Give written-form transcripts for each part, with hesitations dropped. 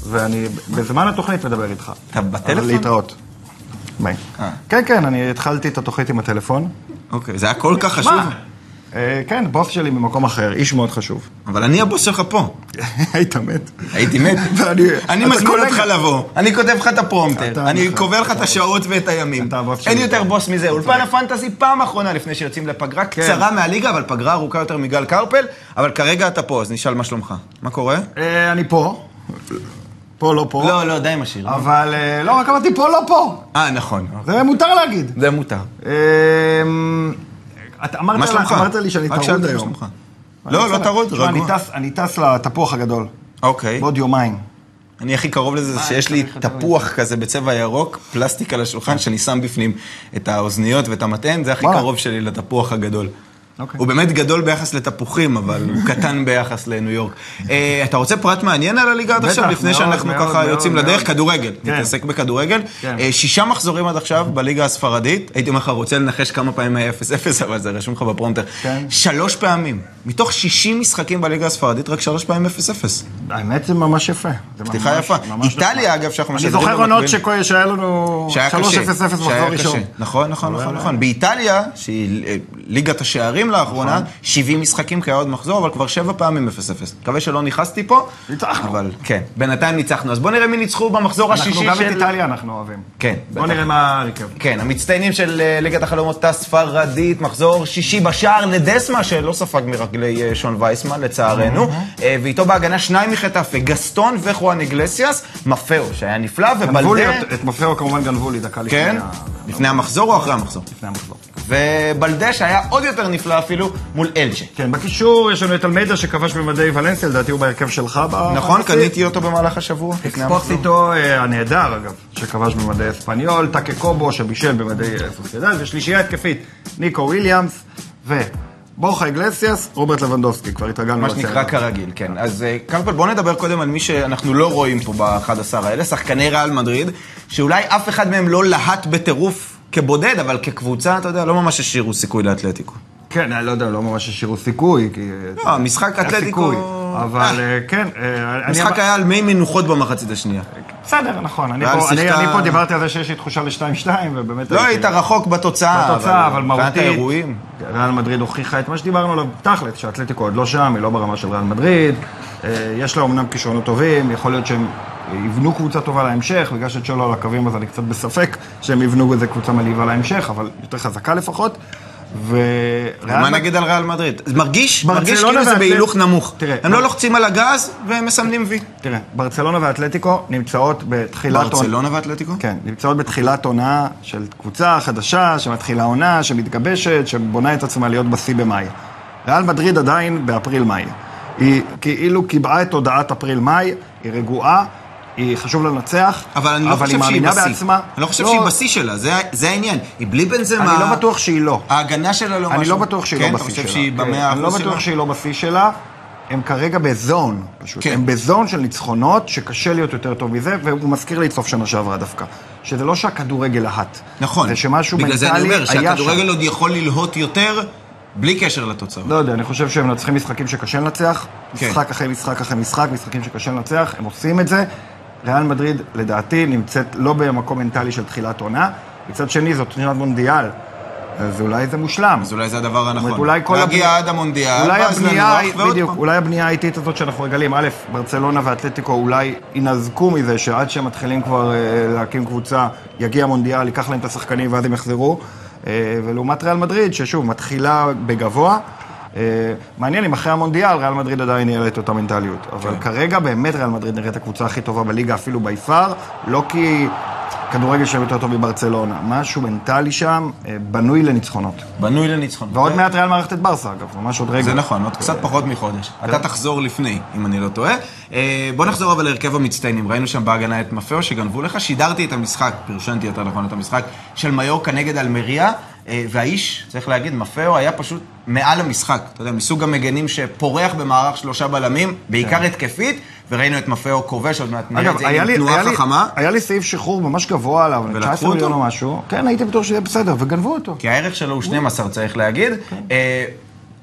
ואני בזמן התוכנית מדבר איתך. אתה בטלפון? להתראות. ביי. כן, כן, אני התחלתי את התוכנית עם הטלפון. אוקיי, זה היה כל כך חשוב? כן, בוס שלי ממקום אחר, איש מאוד חשוב. אבל אני הבוס שלך פה. היית מת. הייתי מת. אני מזמין אותך לבוא. אני כותב לך את הפרומטר. אני קובע לך את השעות ואת הימים. אין יותר בוס מזה. אולפן הפנטזי פעם אחרונה לפני שיוצאים לפגרה קצרה מהליגה, אבל פגרה ארוכה יותר מגל קרפל. אבל כרגע אתה פה, אז נשאל מה שלומך. מה קורה? אני פה. פה, לא פה. לא, די עם השיר. אבל לא, רק אמרתי פה, לא פה. נכון. זה מותר להגיד. זה מותר. אמרת לי שאני טרוד היום. לא טרוד, רגוע. אני טס לתפוח הגדול. אוקיי. בעוד יומיים. אני הכי קרוב לזה שיש לי תפוח כזה בצבע ירוק, פלסטיק על השולחן, שאני שם בפנים את האוזניות ואת המטען, זה הכי קרוב שלי לתפוח הגדול. הוא באמת גדול ביחס לתפוחים, אבל הוא קטן ביחס לניו יורק. אתה רוצה פרט מעניין על הליגה עד עכשיו, לפני שאנחנו ככה יוצאים לדרך? כדורגל, נתעסק בכדורגל. 6 מחזורים עד עכשיו בליגה הספרדית. הייתי אומר לך, רוצה לנחש כמה פעמים היה 0-0, אבל זה רשום לך בפרומטר. 3 פעמים. מתוך 60 משחקים בליגה הספרדית, רק 3 פעמים 0-0. האמת זה ממש יפה. פתיחה יפה. איטליה, אגב, שאנחנו משדרים במקביל. אני זוכר עונות שהיה לנו 3-0-0 מחזור ראשון. נכון. באיטליה, שהיא ליגת השערים לאחרונה, 70 משחקים כי היה עוד מחזור, אבל כבר 7 פעמים 0-0. מקווה שלא נכנסתי פה. ניצחנו. אבל כן, בינתיים ניצחנו. אז בוא נראה מי ניצחו במחזור השישי של... אנחנו גם את איטליה אנחנו אוהבים. כן. בוא נראה מה הרכב. כן, המצטיינים של ליגת החלומות הספרדית, מחזור שישי בשער לדסמה, שלא ספג מרגלי שון וייסמן, לצערנו. ואיתו בהגנה 2 מחטף, גסטון וחואן איגלסיאס, מפאו, שהיה נפלא, ובלדה... את מפאו כמובן גנבו לי דקה לפני... כן? לפני המחזור או אחרי המחזור? לפני המחזור. ובלדה שהיה עוד יותר נפלא אפילו מול אלג'ה. כן, בקישור יש לנו את אלמיידה שכבש במדי ולנסיה, לדעתי הוא בהרכב שלך. נכון, קניתי אותו במהלך השבוע. אקספוסיטו הנהדר אגב, שכבש במדי אספניול, טאקה קובו שבישל במדי סוסיידד, ושלישייה התקפית, ניקו וויליאמס ובורחה איגלסיאס, רוברט לבנדובסקי, כבר התרגלנו. מה שנקרא כרגיל, כן. אז קרפל, בוא נדבר קודם על מי שאנחנו לא רואים פה ב-11 האלה, שחקני ריאל מדריד, שאולי אף אחד מהם לא להט בטירוף כבודד, אבל כקבוצה, אתה יודע, לא ממש השאירו סיכוי לאתלטיקו. כן, אני לא יודע, לא ממש השאירו סיכוי, כי... לא, משחק אתלטיקו... אבל כן... המשחק היה על מי מנוחות במחצית השנייה. בסדר, נכון. אני פה דיברתי על זה שיש לי תחושה ל-2-2, ובאמת... לא היית רחוק בתוצאה, אבל מהותית. ריאל מדריד הוכיחה את מה שדיברנו עליו תכלת, שהאתלטיקו עוד לא שם, היא לא ברמה של ריאל מדריד. יש לה אמנם כישרונות טובים, יכול להיות שהם יבנו קבוצה טובה להמשך, בגלל שצ'ולו על הקווים, אז אני קצת בספק שהם יבנו איזה קבוצה מלהיבה להמשך, אבל יותר חזקה לפחות. מה נגיד על ריאל מדריד? מרגיש כאילו זה בהילוך נמוך. הם לא לוחצים על הגז והם מסמנים וי. תראה, ברצלונה ואתלטיקו נמצאות בתחילת... ברצלונה ואתלטיקו? כן, נמצאות בתחילת עונה של קבוצה חדשה, שמתחילה עונה, שמתגבשת, שבונה את עצמה להיות בשיא במאי. ריאל מדריד עדיין באפריל-מאי. היא כאילו קיבעה את תודעת אפריל-מאי, היא רגועה, היא חשוב לנצח, אבל אני לא חושב שהיא בשיא. אני לא חושב שהיא בשיא שלה, זה העניין. היא בלי בנזמה... אני לא בטוח שהיא לא. ההגנה שלה לא משהו. אני לא בטוח שהיא לא בשיא שלה. אני לא בטוח שהיא לא בשיא שלה. הם כרגע בזון, פשוט. הם בזון של ניצחונות, שקשה להיות יותר טוב מזה, והוא מזכיר לי את סוף שנה שעברה דווקא. שזה לא שהכדורגל להט. נכון. זה שמשהו בגלל זה אני אומר, מנטלי שהכדורגל עוד יכול ללהות יותר, בלי קשר לתוצאות. לא יודע, אני חושב שהם מנצחים משחקים שקשה לנצח, משחק אחרי משחק אחרי משחק, משחקים שקשה לנצח, הם עושים את זה. ריאל מדריד, לדעתי, נמצאת לא במקום מנטלי של תחילת עונה. מצד שני, זאת שנת מונדיאל. אז אולי זה מושלם. אז אולי זה הדבר הנכון. להגיע עד המונדיאל, ואז לנוח ועוד פעם. אולי הבנייה האיטית הזאת שאנחנו רגלים, א', ברצלונה ואתלטיקו אולי ינזקו מזה, שעד שהם מתחילים כבר להקים קבוצה, יגיע המונדיאל, ייקח להם את השחקנים ואז הם יחזרו. ולעומת ריאל מדריד, ששוב, מתחילה בגבוה, מעניין אם אחרי המונדיאל ריאל מדריד עדיין יהיה את אותה מנטליות, אבל כרגע באמת ריאל מדריד נראית הקבוצה הכי טובה בליגה אפילו ביפר, לא כי כדורגל שם יותר טוב מברצלונה, משהו מנטלי שם בנוי לניצחונות. בנוי לניצחונות. ועוד מעט ריאל מערכת את ברסה אגב, ממש עוד רגע. זה נכון, עוד קצת פחות מחודש. אתה תחזור לפני, אם אני לא טועה. בוא נחזור אבל להרכב המצטיינים. ראינו שם בהגנה את מפאו שגנבו לך, שידרתי את המשחק, פרשנתי יותר נכון את המשחק של מיורקה נגד אלמריה, והאיש, צריך להגיד, מפאו היה פשוט מעל המשחק. אתה יודע, מסוג המגנים שפורח במערך 3 בלמים, בעיקר התקפית, וראינו את מפאו כובש, עוד מעט נראה את זה עם תנועה חכמה. היה לי סעיף שחרור ממש גבוה עליו, 19 מיליון או משהו. כן, הייתי בטוח שיהיה בסדר, וגנבו אותו. כי הערך שלו הוא 12, צריך להגיד.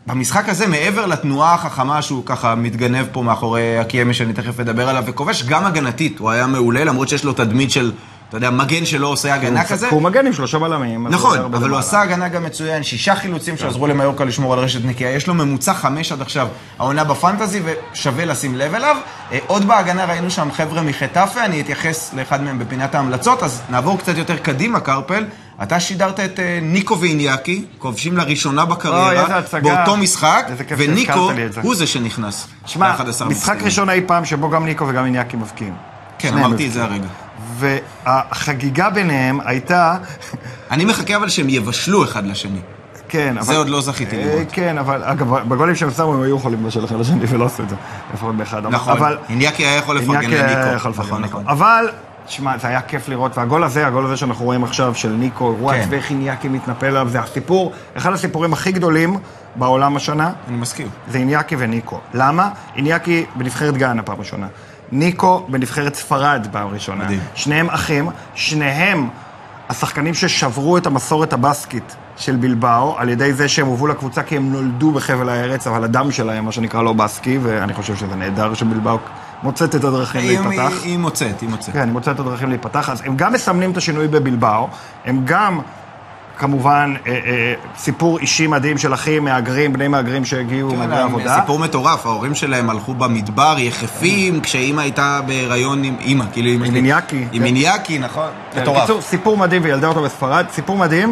במשחק הזה, מעבר לתנועה החכמה שהוא ככה מתגנב פה מאחורי הקיימי שאני תכף אדבר עליו, וכובש גם הגנתית, הוא היה מעולה, למרות שיש לו תדמית של, אתה יודע, מגן שלא עושה הגנה כזה. הוא מגן עם 3 בלמים. נכון, אבל הוא עשה הגנה גם מצוין, 6 חילוצים שעזרו למיורקה לשמור על רשת נקייה, יש לו ממוצע 5 עד עכשיו, העונה בפנטזי, ושווה לשים לב אליו. עוד בהגנה ראינו שם חבר'ה מחטאפה, אני אתייחס לאחד מהם בפינת ההמלצות, אז נעבור קצת יותר קדימה, קרפל. אתה שידרת את ניקו ואיניאקי, כובשים לראשונה בקריירה, באותו משחק, וניקו הוא זה שנכנס. שמע, משחק ראשון אי פעם שבו גם ניקו וגם איניאקי מבקיעים. כן, אמרתי את זה הרגע. והחגיגה ביניהם הייתה... אני מחכה אבל שהם יבשלו אחד לשני. כן, אבל... זה עוד לא זכיתי לראות. כן, אבל אגב, בגולים שהם שמו הם היו יכולים לבשל אחד לשני ולא עשו את זה. לפחות באחד. נכון, איניאקי היה יכול לפרגן לניקו. אבל... תשמע, זה היה כיף לראות, והגול הזה שאנחנו רואים עכשיו של ניקו, וואט, ואיך איניאקי מתנפל עליו, זה הסיפור, אחד הסיפורים הכי גדולים בעולם השנה. אני מסכים. זה איניאקי וניקו. למה? איניאקי בנבחרת גאנה פעם ראשונה. ניקו בנבחרת ספרד פעם ראשונה. מדהים. שניהם אחים, שניהם השחקנים ששברו את המסורת הבסקית של בלבאו, על ידי זה שהם הובאו לקבוצה כי הם נולדו בחבל הארץ, אבל הדם שלהם, מה שנקרא לא בסקי, ואני חושב שזה נהדר שבלבאו מוצאת את הדרכים להיפתח. היא מוצאת. כן, היא מוצאת את הדרכים להיפתח. אז הם גם מסמנים את השינוי בבלבאו, הם גם, כמובן, סיפור אישי מדהים של אחים מהגרים, בני מהגרים שהגיעו מהגרי עבודה. סיפור מטורף, ההורים שלהם הלכו במדבר יחפים, כשאימא הייתה בהיריון עם אימא, כאילו עם איניאקי. עם איניאקי, נכון? מטורף. סיפור מדהים, וילדה אותו בספרד, סיפור מדהים.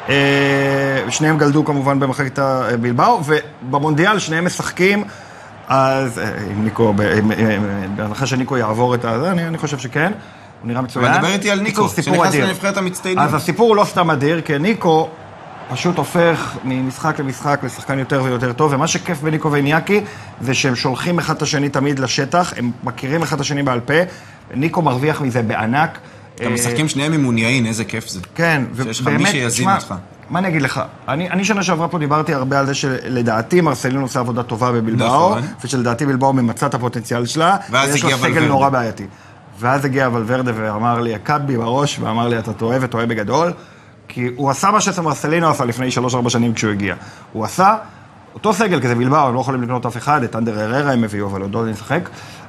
שניהם גלדו כמובן במחלקת בלבאו, ובמונדיאל שניהם משחקים, אז עם ניקו, בהנחה שניקו יעבור את זה, אני חושב שכן, הוא נראה מצוין. מדבר איתי על ניקו, שנכנס לנבחרת המצטיינים. אז הסיפור הוא לא סתם אדיר, כי ניקו פשוט הופך ממשחק למשחק לשחקן יותר ויותר טוב, ומה שכיף בניקו ואיניאקי זה שהם שולחים אחד את השני תמיד לשטח, הם מכירים אחד את השני בעל פה, ניקו מרוויח מזה בענק. אתם משחקים שניהם עם מוניאין, איזה כיף זה. כן, שיש לך מי שיזין אותך. מה אני אגיד לך? אני שנה שעברה פה דיברתי הרבה על זה שלדעתי מרסלינו עושה עבודה טובה בבלבאו, ושלדעתי בלבאו ממצא את הפוטנציאל שלה, ויש לו סגל נורא בעייתי. ואז הגיע ולוורדה ואמר לי, הקד בי בראש, ואמר לי, אתה טועה וטועה בגדול, כי הוא עשה מה שמרסלינו עשה לפני 3-4 שנים כשהוא הגיע. הוא עשה אותו סגל, כי זה בלבאו, הם לא יכולים לקנות אף אחד, את אנדר הררה הם הביאו, אבל עוד לא נשחק.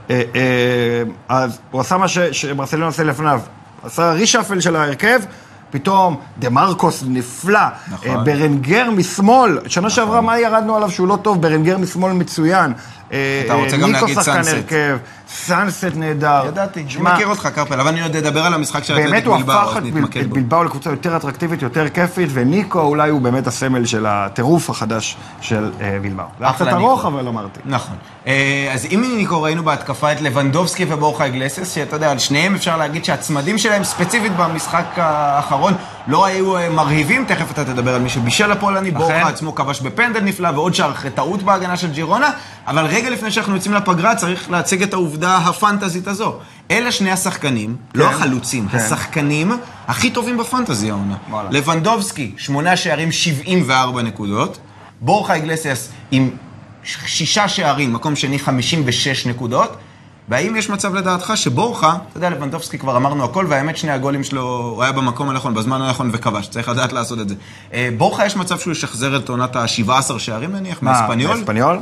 אז הוא עשה מה שמרסלינו עשה לפניו, עשה רישאפל של ההרכב, פתאום דה מרקוס נפלא, נכון. ברנגר משמאל, שנה שעברה מה ירדנו עליו שהוא לא טוב, ברנגר משמאל מצוין, אתה רוצה גם להגיד סאנסט. סאנסט נהדר. ידעתי, אני מכיר אותך קרפל, אבל אני עוד אדבר על המשחק של באמת הוא הפך את בלבאו לקבוצה יותר אטרקטיבית, יותר כיפית, וניקו אולי הוא באמת הסמל של הטירוף החדש של בלבאו. זה קצת ארוך, אבל אמרתי. נכון. אז אם ניקו ראינו בהתקפה את לבנדובסקי ובורחה איגלסיאס, שאתה יודע, על שניהם אפשר להגיד שהצמדים שלהם ספציפית במשחק האחרון לא היו מרהיבים, תכף אתה תדבר על מי שבישל הפולני, בורחה עצמו כבש בפנדל נפלא, ועוד שער טעות בהגנה של ג'ירונה, אבל רגע לפני שאנחנו יוצאים לפגרה צריך להציג את העובדה הפנטזית הזו. אלה שני השחקנים, לא החלוצים, השחקנים הכי טובים בפנטזי העונה. לבנדובסקי, 8 שערים, 74 נקודות, בורחה איגלסיאס עם 6 שערים, מקום שני 56 נקודות, והאם יש מצב לדעתך שבורחה, אתה יודע, לבנדובסקי כבר אמרנו הכל, והאמת שני הגולים שלו, הוא היה במקום הנכון, בזמן הנכון וכבש, צריך לדעת לעשות את זה. בורחה יש מצב שהוא ישחזר את עונת ה-17 שערים, נניח, מאספניול? מאספניול?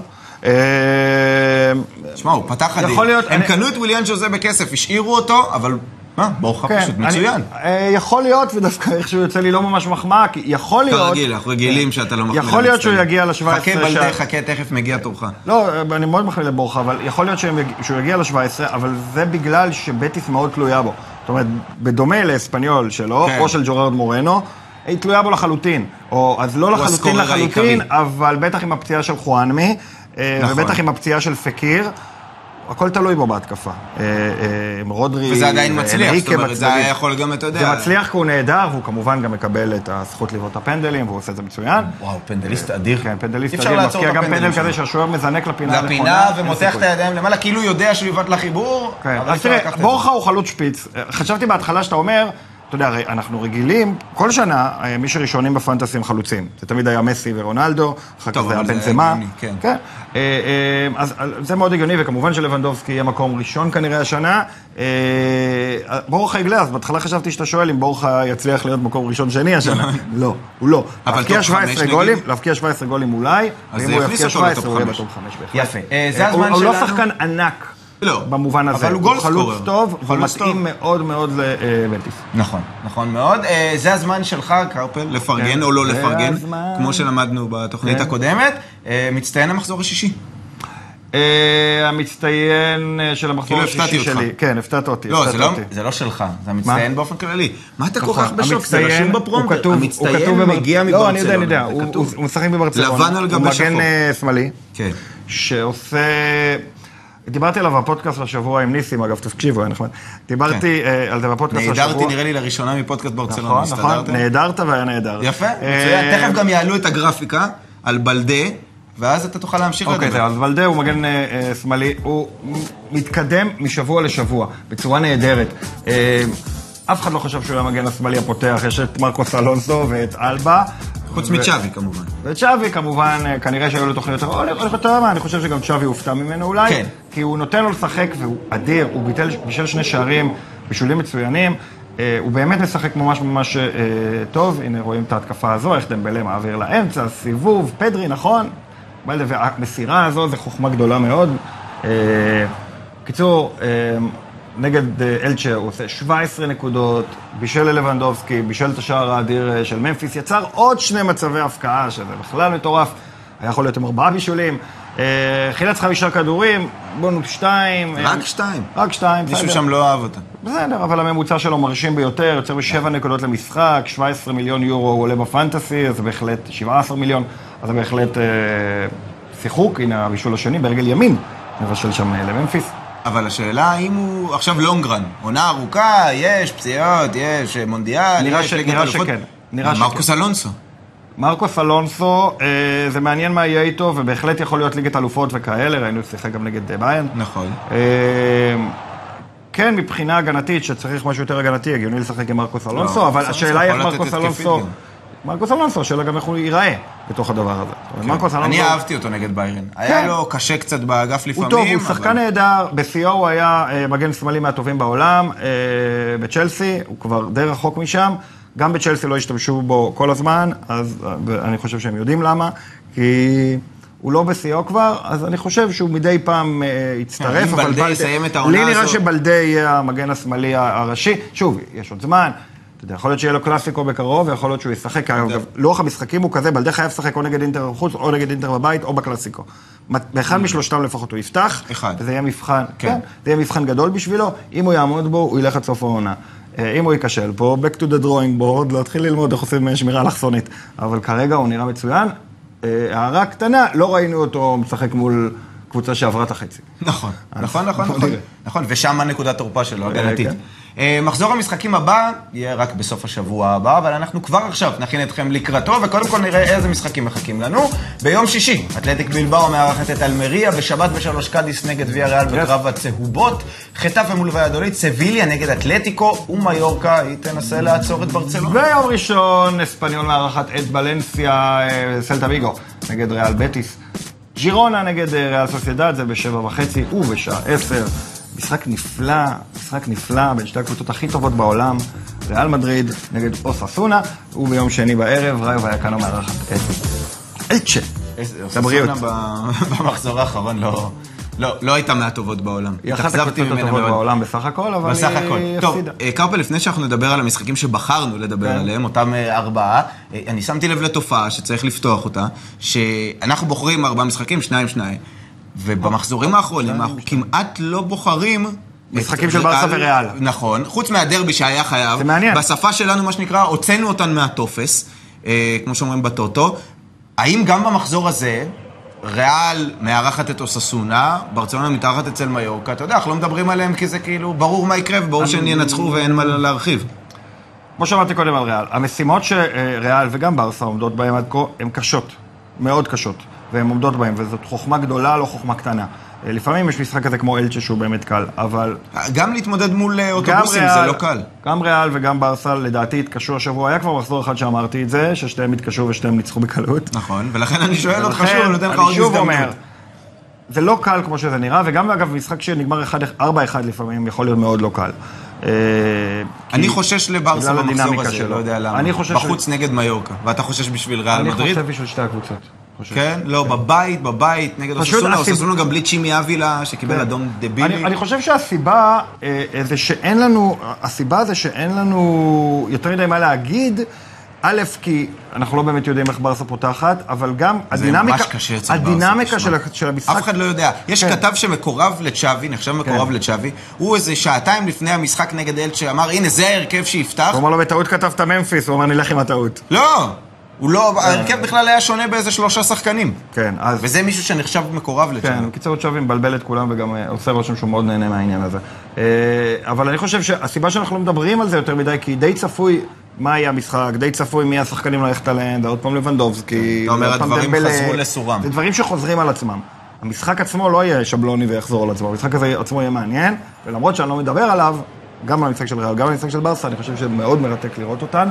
תשמע, הוא פתח עדין. הם קנו את וויליאן ז'וזה בכסף, השאירו אותו, אבל בורחה פשוט מצוין. יכול להיות, ודווקא איכשהו יוצא לי לא ממש מחמאה, כי יכול להיות... תרגיל, אנחנו רגילים שאתה לא מחמיא. יכול להיות שהוא יגיע ל-17 חכה בלדה, חכה, תכף מגיע תורך. לא, אני מאוד מחמיא לבורחה, אבל יכול להיות שהוא יגיע ל-17, אבל זה בגלל שבטיס מאוד תלויה בו. זאת אומרת, בדומה לאספניול שלו, או של ג'ורארד מורנו, היא תלויה בו לחלוטין. אז לא לחלוטין, אבל בטח עם הפציעה של חואנמי, ובטח עם הפציעה של פקיר, הכל תלוי בו בהתקפה. רודרי... וזה עדיין מצליח, זאת אומרת, זה היה יכול גם, אתה יודע... זה מצליח כי הוא נהדר, והוא כמובן גם מקבל את הזכות לבעוט הפנדלים, והוא עושה את זה מצוין. וואו, פנדליסט אדיר. כן, פנדליסט אדיר, מפקיע גם פנדל כזה שהשוער מזנק לפינה הנכונה. לפינה ומותח את הידיים למעלה, כאילו יודע שהוא יבעט לחיבור. אז תראה, בורחה הוא חלוץ שפיץ. חשבתי בהתחלה שאתה אומר אתה יודע, הרי אנחנו רגילים, כל שנה, מי שראשונים בפנטסי הם חלוצים. זה תמיד היה מסי ורונלדו, אחר כך זה היה בנזמה. כן. אז זה מאוד הגיוני, וכמובן שלבנדובסקי יהיה מקום ראשון כנראה השנה. בורחה יגלה, אז בהתחלה חשבתי שאתה שואל אם בורחה יצליח להיות מקום ראשון שני השנה. לא, הוא לא. להבקיע 17 גולים אולי, ואם הוא יבקיע 17 הוא יהיה בטופ 5 בהחלט. יפה. זה הזמן שלנו. הוא לא שחקן ענק. לא, במובן הזה. אבל הוא גול סקורר. הוא חלוץ טוב, הוא מתאים מאוד מאוד לבטיס. נכון, נכון מאוד. זה הזמן שלך, קרפל, לפרגן או לא לפרגן, כמו שלמדנו בתוכנית הקודמת. מצטיין המחזור השישי. המצטיין של המחזור השישי שלי. כן, הפתעת אותי. לא, זה לא שלך, זה המצטיין באופן כללי. מה אתה כל כך בשוק? זה רשום בפרומט. המצטיין מגיע מברצלונה. לא, אני יודע. הוא משחק בברצלונה. לבן על גבי שחור. הוא מגן שמאלי. כן. שעושה... דיברתי עליו בפודקאסט לשבוע עם ניסים, אגב, תקשיבו, היה נחמד. דיברתי על זה בפודקאסט לשבוע. נהדרתי נראה לי לראשונה מפודקאסט ברצלונה. נכון, נהדרת והיה נהדר. יפה, מצוין. תכף גם יעלו את הגרפיקה על בלדה, ואז אתה תוכל להמשיך לדבר. אוקיי, אז בלדה הוא מגן שמאלי, הוא מתקדם משבוע לשבוע, בצורה נהדרת. אף אחד לא חושב שהוא היה מגן השמאלי הפותח, יש את מרקוס אלונסו ואת אלבה. חוץ מצ'אבי כמובן. וצ'אבי כמובן, כנראה שהיו לו תוכניות יותר, אני חושב שגם צ'אבי הופתע ממנו אולי, כן. כי הוא נותן לו לשחק והוא אדיר, הוא בישל 2 שערים בישולים מצוינים, הוא באמת משחק ממש טוב, הנה רואים את ההתקפה הזו, איך דמבלה מעביר לאמצע, סיבוב, פדרי, נכון? והמסירה הזו זה חוכמה גדולה מאוד. קיצור, נגד אלצ'ה הוא עושה 17 נקודות, בישל ללבנדובסקי, בישל את השער האדיר של ממפיס, יצר עוד 2 מצבי הפקעה, שזה בכלל מטורף, היה יכול להיות עם 4 בישולים, חילץ 5 כדורים, בונוס 2. רק 2? רק 2, מישהו שם לא אהב אותה. בסדר, אבל הממוצע שלו מרשים ביותר, יוצר ב7 נקודות למשחק, 17 מיליון יורו הוא עולה בפנטסי, אז זה בהחלט 17 מיליון, אז זה בהחלט שיחוק, הנה הבישול השני, ברגל ימין, נבשל שם לממפיס. אבל השאלה האם הוא עכשיו לונגרן, עונה ארוכה, יש פציעות, יש מונדיאל, נראה שכן. מרקוס אלונסו. מרקוס אלונסו, זה מעניין מה יהיה איתו, ובהחלט יכול להיות ליגת אלופות וכאלה, ראינו שיחק גם נגד ביירן. נכון. כן, מבחינה הגנתית, שצריך משהו יותר הגנתי, הגיוני לשחק עם מרקוס אלונסו, אבל השאלה היא איך מרקוס אלונסו, השאלה גם איך הוא ייראה בתוך הדבר הזה. אני אהבתי אותו נגד ביירן. היה לו קשה קצת באגף לפעמים. הוא טוב, הוא שחקן נהדר, בשיאו הוא היה מגן שמאלי מהטובים בעולם, בצ'לסי, הוא כבר די רחוק משם, גם בצ'לסי לא השתמשו בו כל הזמן, אז אני חושב שהם יודעים למה, כי הוא לא בשיאו כבר, אז אני חושב שהוא מדי פעם יצטרף, אבל בלדה יסיים את העונה הזו. לי נראה שבלדה יהיה המגן השמאלי הראשי, שוב, יש עוד זמן, אתה יודע, יכול להיות שיהיה לו קלאסיקו בקרוב, ויכול להיות שהוא ישחק, אגב, לוח המשחקים הוא כזה, בלדה חייב לשחק או נגד אינטר בחוץ, או נגד אינטר בבית, או בקלאסיקו. באחד משלושתם לפחות הוא יפתח, וזה יהיה מבחן, כן, זה יהיה מבחן גדול בשבילו, אם הוא יעמוד בו, הוא ילך עד סוף העונה. אם הוא ייכשל פה, back to the drawing board, להתחיל ללמוד איך עושים שמירה אלכסונית, אבל כרגע הוא נראה מצוין. הערה קטנה, לא ראינו אותו משחק מול קבוצה שעברה את החצי. נכון, נכון, ושם הנקודת תורפה שלו, הגנתית. מחזור המשחקים הבא יהיה רק בסוף השבוע הבא, אבל אנחנו כבר עכשיו נכין אתכם לקראתו, וקודם כל נראה איזה משחקים מחכים לנו. ביום שישי, אתלטיק בילבאו מארחת את אלמריה, בשבת ב3 קאדיס נגד ויאריאל בקרב הצהובות, חטאפה מול ויאדוליד, סביליה נגד אתלטיקו, ומיורקה היא תנסה לעצור את ברצלונה. ביום ראשון, אספניול מארחת את ולנסיה, סלטה ויגו, נגד ריאל בטיס. ג'ירונה נגד ריאל סוסיידד, זה ב7:30 ובשעה 10. משחק נפלא, בין שתי הקבוצות הכי טובות בעולם, ריאל מדריד נגד אוססונה, וביום שני בערב, ראיו ויקנו מארחת את אלצ'ה. אוססונה במחזור האחרון לא הייתה מהטובות בעולם. היא אחת הקבוצות הטובות בעולם בסך הכל, אבל היא הפסידה. טוב, קרפל, לפני שאנחנו נדבר על המשחקים שבחרנו לדבר עליהם, אותם 4, אני שמתי לב לתופעה שצריך לפתוח אותה, שאנחנו בוחרים 4 משחקים, 2-2. ובמחזורים האחרונים אנחנו כמעט לא בוחרים משחקים של ברסה וריאל. נכון, חוץ מהדרבי שהיה חייב. זה מעניין. בשפה שלנו, מה שנקרא, הוצאנו אותן מהטופס, כמו שאומרים בטוטו. האם גם במחזור הזה, ריאל מארחת את אוססונה, ברצלונה מתארחת אצל מיורקה, אתה יודע, אנחנו לא מדברים עליהם כי זה כאילו ברור מה יקרה, וברור שהם ינצחו ואין מה להרחיב. כמו שאמרתי קודם על ריאל, המשימות שריאל וגם ברסה עומדות בהן עד כה, הן קשות, מאוד קשות. והן עומדות בהם, וזאת חוכמה גדולה, לא חוכמה קטנה. לפעמים יש משחק כזה כמו אלצ'ה שהוא באמת קל, אבל... גם להתמודד מול אוטובוסים זה לא קל. גם ריאל וגם ברסה, לדעתי, התקשו השבוע. היה כבר מחזור אחד שאמרתי את זה, ששתיהם התקשו ושתיהם ניצחו בקלות. נכון, ולכן אני שואל אותך שוב, אני נותן לך עוד הזדמנות. זה לא קל כמו שזה נראה, וגם אגב, משחק שנגמר 4-1 לפעמים יכול להיות מאוד לא קל. אני חושש לברסה במחזור הזה, לא יודע למה. בחוץ נגד מיורקה, ואתה חושש בשביל ריאל מדריד? אני חושב בשביל שתי הקבוצות. כן? לא, בבית, נגד אוססונה, אוססונה גם בלי צ'ימי אבילה, שקיבל אדום דבילי. אני חושב שהסיבה זה שאין לנו, הסיבה זה שאין לנו יותר מדי מה להגיד, א', כי אנחנו לא באמת יודעים איך ברסה פותחת, אבל גם הדינמיקה של המשחק... אף אחד לא יודע. יש כתב שמקורב לצ'אבי, נחשב מקורב לצ'אבי, הוא איזה שעתיים לפני המשחק נגד אלצ'ה שאמר, הנה זה ההרכב שיפתח. הוא אמר לו, בטעות כתבת ממפיס, הוא אמר, נלך עם הטעות. לא! ההרכב בכלל היה שונה באיזה 3 שחקנים. כן, אז... וזה מישהו שנחשב מקורב לצ'אבי. כן, קיצור צ'אבי מבלבל את כולם וגם עושה רושם שהוא מאוד נהנה מהעניין הזה. אבל אני חושב שהסיבה שאנחנו לא מדברים על זה יותר מדי, כי די צפוי מה יהיה המשחק, די צפוי מי השחקנים ללכת עליהם, ועוד פעם לבנדובסקי. אתה אומר, הדברים חזרו לסורם. זה דברים שחוזרים על עצמם. המשחק עצמו לא יהיה שבלוני ויחזור על עצמו, המשחק הזה עצמו יהיה מעניין, ולמרות שאני לא מדבר עליו, גם על המשחק של ריאל, גם על המשחק של ברסה, אני חושב שזה מאוד מרתק לראות אותן,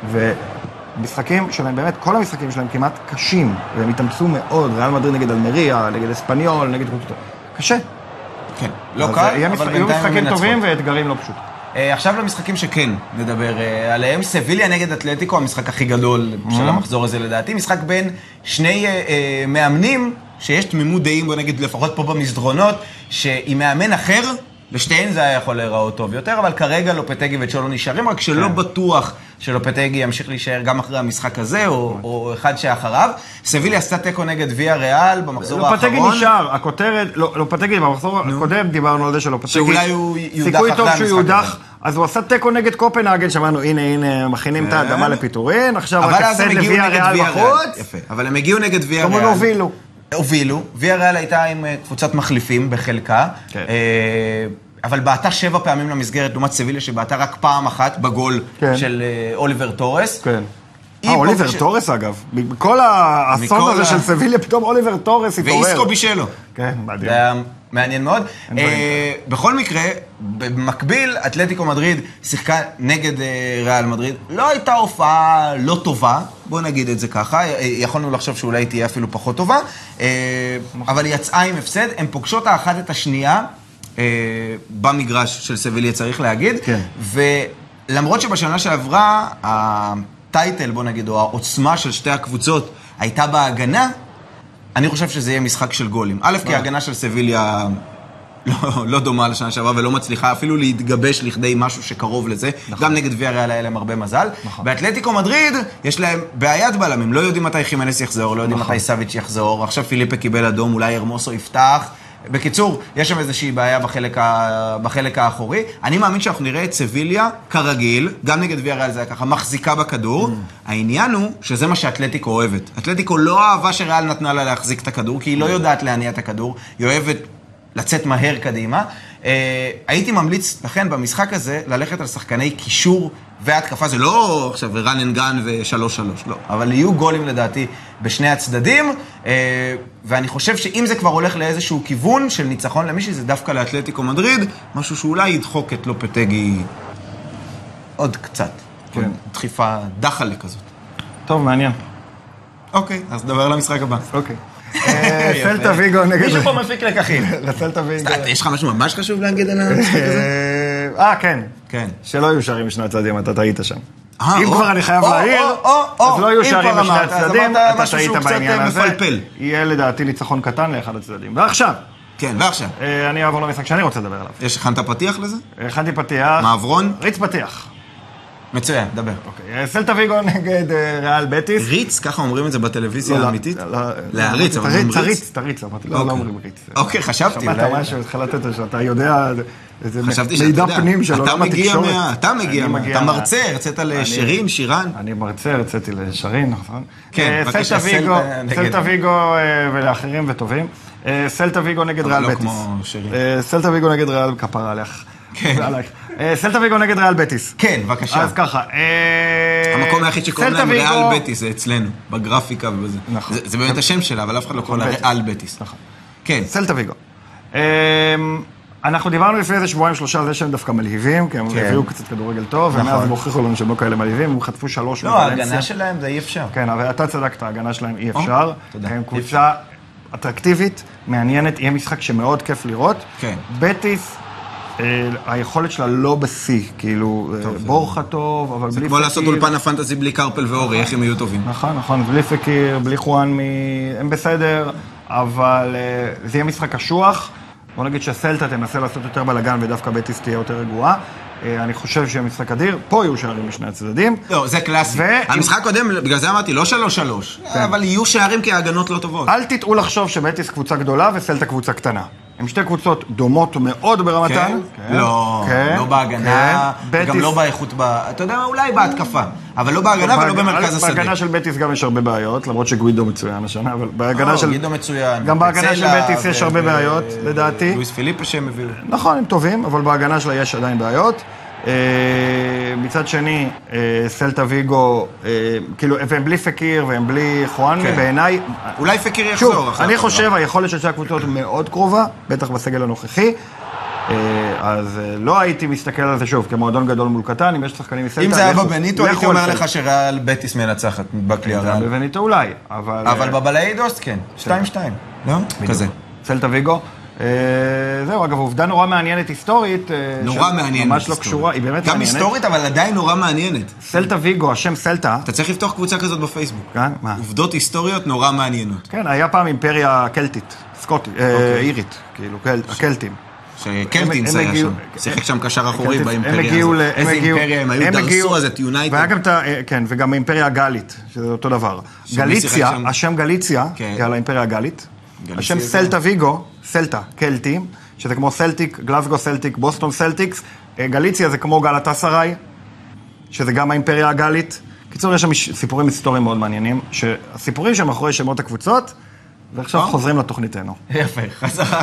ומשחקים שלהם, באמת, כל המשחקים שלהם כמעט קשים, והם התאמצו מאוד, ריאל מדריד נגד אלמריה, נגד אספניול, נגד קבוצות. קשה. כן, לא קל, אבל יהיו משחקים טובים ואתגרים לא פשוט. עכשיו למשחקים שכן נדבר עליהם, סביליה נגד אתלטיקו, המשחק הכי גדול של המחזור הזה לדעתי, משחק בין שני מאמנים שיש תמימות דעים, בוא נגיד לפחות פה במסדרונות, שעם מאמן אחר, לשתיהן זה היה יכול להיראות טוב יותר, אבל כרגע לופטגי וצ'ולו נשארים, רק שלא בטוח שלופטגי ימשיך להישאר גם אחרי המשחק הזה, או אחד שאחריו. סביליה עשתה תיקו נגד ויה ריאל במחזור האחרון. לופטגי נשאר, הכותרת, לופטגי במחזור הקודם דיברנו על זה שלופטגי, שאולי הוא יודח סיכוי טוב שהוא יודח, אז הוא עשה תיקו נגד קופנהגן, שמענו, הנה, מכינים את האדמה לפיטורין, עכשיו רק הפסד לוויה ריאל בחוץ. יפה, אבל הם הגיעו נגד ויה ריאל. הובילו, ויה ריאל הייתה עם קבוצת מחליפים בחלקה, אבל בעטה 7 פעמים למסגרת, לעומת סביליה שבעטה רק פעם אחת בגול של אוליבר טורס. כן. אוליבר טורס אגב, בכל האסון הזה של סביליה, פתאום אוליבר טורס התעורר. ואיסקו בישלו. כן, מדהים. זה היה מעניין מאוד. בכל מקרה, במקביל, אתלטיקו מדריד שיחקה נגד ריאל מדריד. לא הייתה הופעה לא טובה, בוא נגיד את זה ככה, יכולנו לחשוב שאולי תהיה אפילו פחות טובה, אבל היא יצאה עם הפסד, הן פוגשות האחת את השנייה, במגרש של סביליה צריך להגיד, ולמרות שבשנה שעברה, הטייטל, בוא נגיד, או העוצמה של שתי הקבוצות הייתה בהגנה, אני חושב שזה יהיה משחק של גולים. א', כי ההגנה של סביליה לא דומה לשנה שעברה ולא מצליחה אפילו להתגבש לכדי משהו שקרוב לזה. גם נגד ויה ריאל היה להם הרבה מזל. באתלטיקו מדריד יש להם בעיית בלמים, לא יודעים מתי חימנס יחזור, לא יודעים מתי סאביץ' יחזור, עכשיו פיליפה קיבל אדום, אולי הרמוסו יפתח. בקיצור, יש שם איזושהי בעיה בחלק האחורי. אני מאמין שאנחנו נראה את סביליה כרגיל, גם נגד ויה ריאל זה היה ככה, מחזיקה בכדור. העניין הוא שזה מה שאתלטיקו אוהבת. אתלטיקו לא אהבה שריאל נתנה לה להחזיק את הכדור, כי היא לא יודעת להניע את הכדור, היא אוהבת לצאת מהר קדימה. הייתי ממליץ לכן במשחק הזה ללכת על שחקני קישור והתקפה, זה לא עכשיו רן אנד גן ו3-3, לא. אבל יהיו גולים לדעתי בשני הצדדים, ואני חושב שאם זה כבר הולך לאיזשהו כיוון של ניצחון למישהי, זה דווקא לאתלטיקו מדריד, משהו שאולי ידחוק את לופטגי עוד קצת. כן. דחיפה דחלה כזאת. טוב, מעניין. אוקיי, אז נדבר על המשחק הבא. אוקיי. סלטה ויגו נגד... מישהו פה מפיק לקחים. לסלטה ויגו... יש לך משהו ממש חשוב להגיד על המשחק הזה? כן. כן. שלא יהיו שערים משני הצדדים, אתה טעית שם. אם כבר אני חייב להעיר, אז לא יהיו שערים משני הצדדים, אתה טעית בעניין הזה. יהיה לדעתי ניצחון קטן לאחד הצדדים. ועכשיו. כן, ועכשיו. אני אעבור למשחק שאני רוצה לדבר עליו. יש הכנת פתיח לזה? הכנתי פתיח. מעברון? ריץ פתיח. מצוין, דבר. אוקיי, סלטה ויגו נגד ריאל בטיס. ריץ? ככה אומרים את זה בטלוויזיה האמיתית? להריץ, אבל אומרים ריץ? תריץ, אמרתי, לא אומרים ריץ. אוקיי, חשבתי. שמעת משהו, התחלת את זה, שאתה יודע, איזה מידע פנים שלו, למה תקשורת. אתה מגיע, אתה מרצה, הרצית לשירין, שירן. אני מרצה, הרציתי לשרין, נכון? כן, בבקשה, סלטה ויגו ולאחרים וטובים. סלטה ויגו נגד ריאל בטיס. לא כמו שירין. סלטה ויגו נגד ריאל כפרה עליך. כן. סלטה ויגו נגד ריאל בטיס. כן, בבקשה. אז ככה. המקום היחיד שקוראים להם ריאל בטיס, זה אצלנו, בגרפיקה ובזה. נכון. זה באמת השם שלה, אבל אף אחד לא קורא לה ריאל בטיס. נכון. כן. סלטה ויגו. אנחנו דיברנו לפני איזה שבועיים שלושה, זה שהם דווקא מלהיבים, כי הם הביאו קצת כדורגל טוב, ומאז הם הוכיחו לנו שהם לא כאלה מלהיבים, הם חטפו 3 לא, ההגנה שלהם זה אי אפשר. כן, אבל אתה צדקת, ההגנה שלהם אי אפשר. הם קבוצה אטרקטיבית, מעניינת, יהיה משחק שמאוד כיף לראות. בטיס, היכולת שלה לא בשיא, כאילו, בורחה טוב, אבל בלי פקיר. זה כמו לעשות אולפן הפנטזי בלי קרפל ואורי, איך הם יהיו טובים. נכון, בלי פקיר, בלי חואנמי, הם בסדר, אבל זה יהיה משחק קשוח. בוא נגיד שסלטה תנסה לעשות יותר בלגן ודווקא בטיס תהיה יותר רגועה. אני חושב שיהיה משחק אדיר, פה יהיו שערים משני הצדדים. לא, זה קלאסי. המשחק קודם, בגלל זה אמרתי, לא 3-3, אבל יהיו שערים כי ההגנות לא טובות. אל תטעו לחשוב שבטיס קבוצה גדולה וסלטה קבוצה קטנה. הם שתי קבוצות דומות מאוד ברמתן. לא בהגנה, גם לא באיכות, אתה יודע מה, אולי בהתקפה, אבל לא בהגנה ולא במרכז השדה. בהגנה של בטיס גם יש הרבה בעיות, למרות שגוידו מצוין השנה, אבל בהגנה של... גוידו מצוין. גם בהגנה של בטיס יש הרבה בעיות, לדעתי. לואיס פיליפה שהם הביאו. נכון, הם טובים, אבל בהגנה שלה יש עדיין בעיות. מצד שני, סלטה ויגו, כאילו, והם בלי פקיר והם בלי חואנמי, בעיניי... אולי פקיר יחזור. אני חושב, היכולת של שתי הקבוצות מאוד קרובה, בטח בסגל הנוכחי, אז לא הייתי מסתכל על זה שוב, כמועדון גדול מול קטן, אם יש שחקנים מסלטה... אם זה היה בבניטו, הייתי אומר לך שריאל בטיס מנצחת בכלי הריאל. זה היה בבניטו אולי, אבל בבלאידוס כן, 2-2, לא? כזה. סלטה ויגו. זהו, אגב, עובדה נורא מעניינת היסטורית. נורא מעניינת. ממש לא קשורה, היא באמת מעניינת. גם היסטורית, אבל עדיין נורא מעניינת. סלטה ויגו, השם סלטה. אתה צריך לפתוח קבוצה כזאת בפייסבוק. כן, מה? עובדות היסטוריות נורא מעניינות. כן, היה פעם אימפריה קלטית, סקוטית, אירית, כאילו, הקלטים. שקלטין זה היה שם. שיחק שם קשר אחורי באימפריה הזאת. איזה אימפריה הם היו, דרסו אז את יונייטד. כן, וגם האימפריה הגלית, שזה אותו דבר. גליציה, השם גליציה, היא על האימפריה הגלית. השם סלטה ויגו, סלטה, קלטים, שזה כמו סלטיק, גלסגו סלטיק, בוסטון סלטיקס. גליציה זה כמו גלאטסראי, שזה גם האימפריה הגלית. קיצור, יש שם סיפורים היסטוריים מאוד מעניינים, שהסיפורים שם אחרי שמות הקבוצות, ועכשיו חוזרים לתוכניתנו. יפה, חזרה.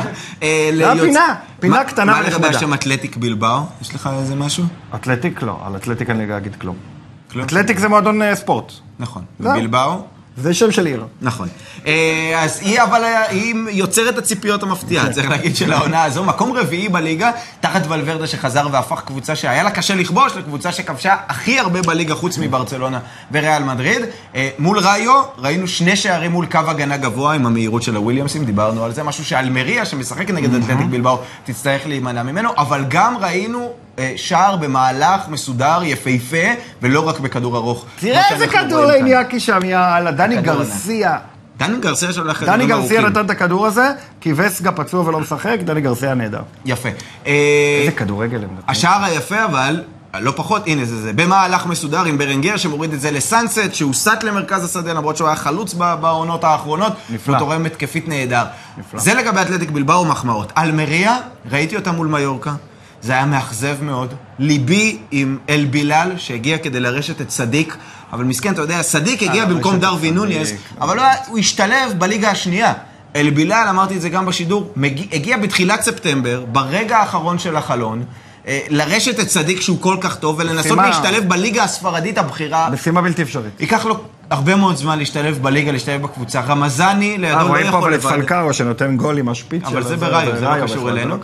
פינה קטנה מה לגבי השם אתלטיק בלבאו? יש לך איזה משהו? אתלטיק לא, על אתלטיק אני לא אגיד כלום. אתלטיק זה מועדון ספורט. נכון. ובלבאו? זה שם של עיר. נכון. אז היא יוצרת את הציפיות המפתיעה, צריך להגיד של העונה הזו. מקום רביעי בליגה, תחת ולוורדה שחזר והפך קבוצה שהיה לה קשה לכבוש, לקבוצה שכבשה הכי הרבה בליגה חוץ מברצלונה וריאל מדריד. מול ראיו, ראינו 2 שערים מול קו הגנה גבוה עם המהירות של הוויליאמסים, דיברנו על זה, משהו שאלמריה שמשחק נגד אתלטיק בלבאו תצטרך להימנע ממנו, אבל גם ראינו שער במהלך מסודר, יפהפה, ולא רק בכדור ארוך. תראה איזה כדור איניאקי שם, יאללה, דני גרסיה. דני גרסיה שלו לכדורים ארוכים. דני גרסיה נתן את הכדור הזה, כי וסגה פצוע ולא משחק, דני גרסיה נהדר. יפה. איזה כדורגל הם נתנו. השער היפה אבל, לא פחות, הנה זה, במהלך מסודר עם ברנגר שמוריד את זה לסאנסט, שהוא סט למרכז השדה, למרות שהוא היה חלוץ בעונות האחרונות, הוא תורם התקפית נהדר. זה לגבי אתלטיק בלבאו מחמאות. אלמריה, ראיתי אותה מול מיורקה. זה היה מאכזב מאוד. ליבי עם אל בילאל, שהגיע כדי לרשת את סדיק, אבל מסכן, אתה יודע, סדיק הגיע במקום דרווין נוניס, אבל הוא השתלב בליגה השנייה. אל בילאל, אמרתי את זה גם בשידור, הגיע בתחילת ספטמבר, ברגע האחרון של החלון, לרשת את סדיק שהוא כל כך טוב, ולנסות להשתלב בליגה הספרדית הבכירה. משימה בלתי אפשרית. ייקח לו הרבה מאוד זמן להשתלב בליגה, להשתלב בקבוצה. רמזני לידו לא יכול לבד. רואים פה אבל את פלקאו שנותן גול עם השפיץ שלו. אבל זה בראיו, זה לא קשור אלינו.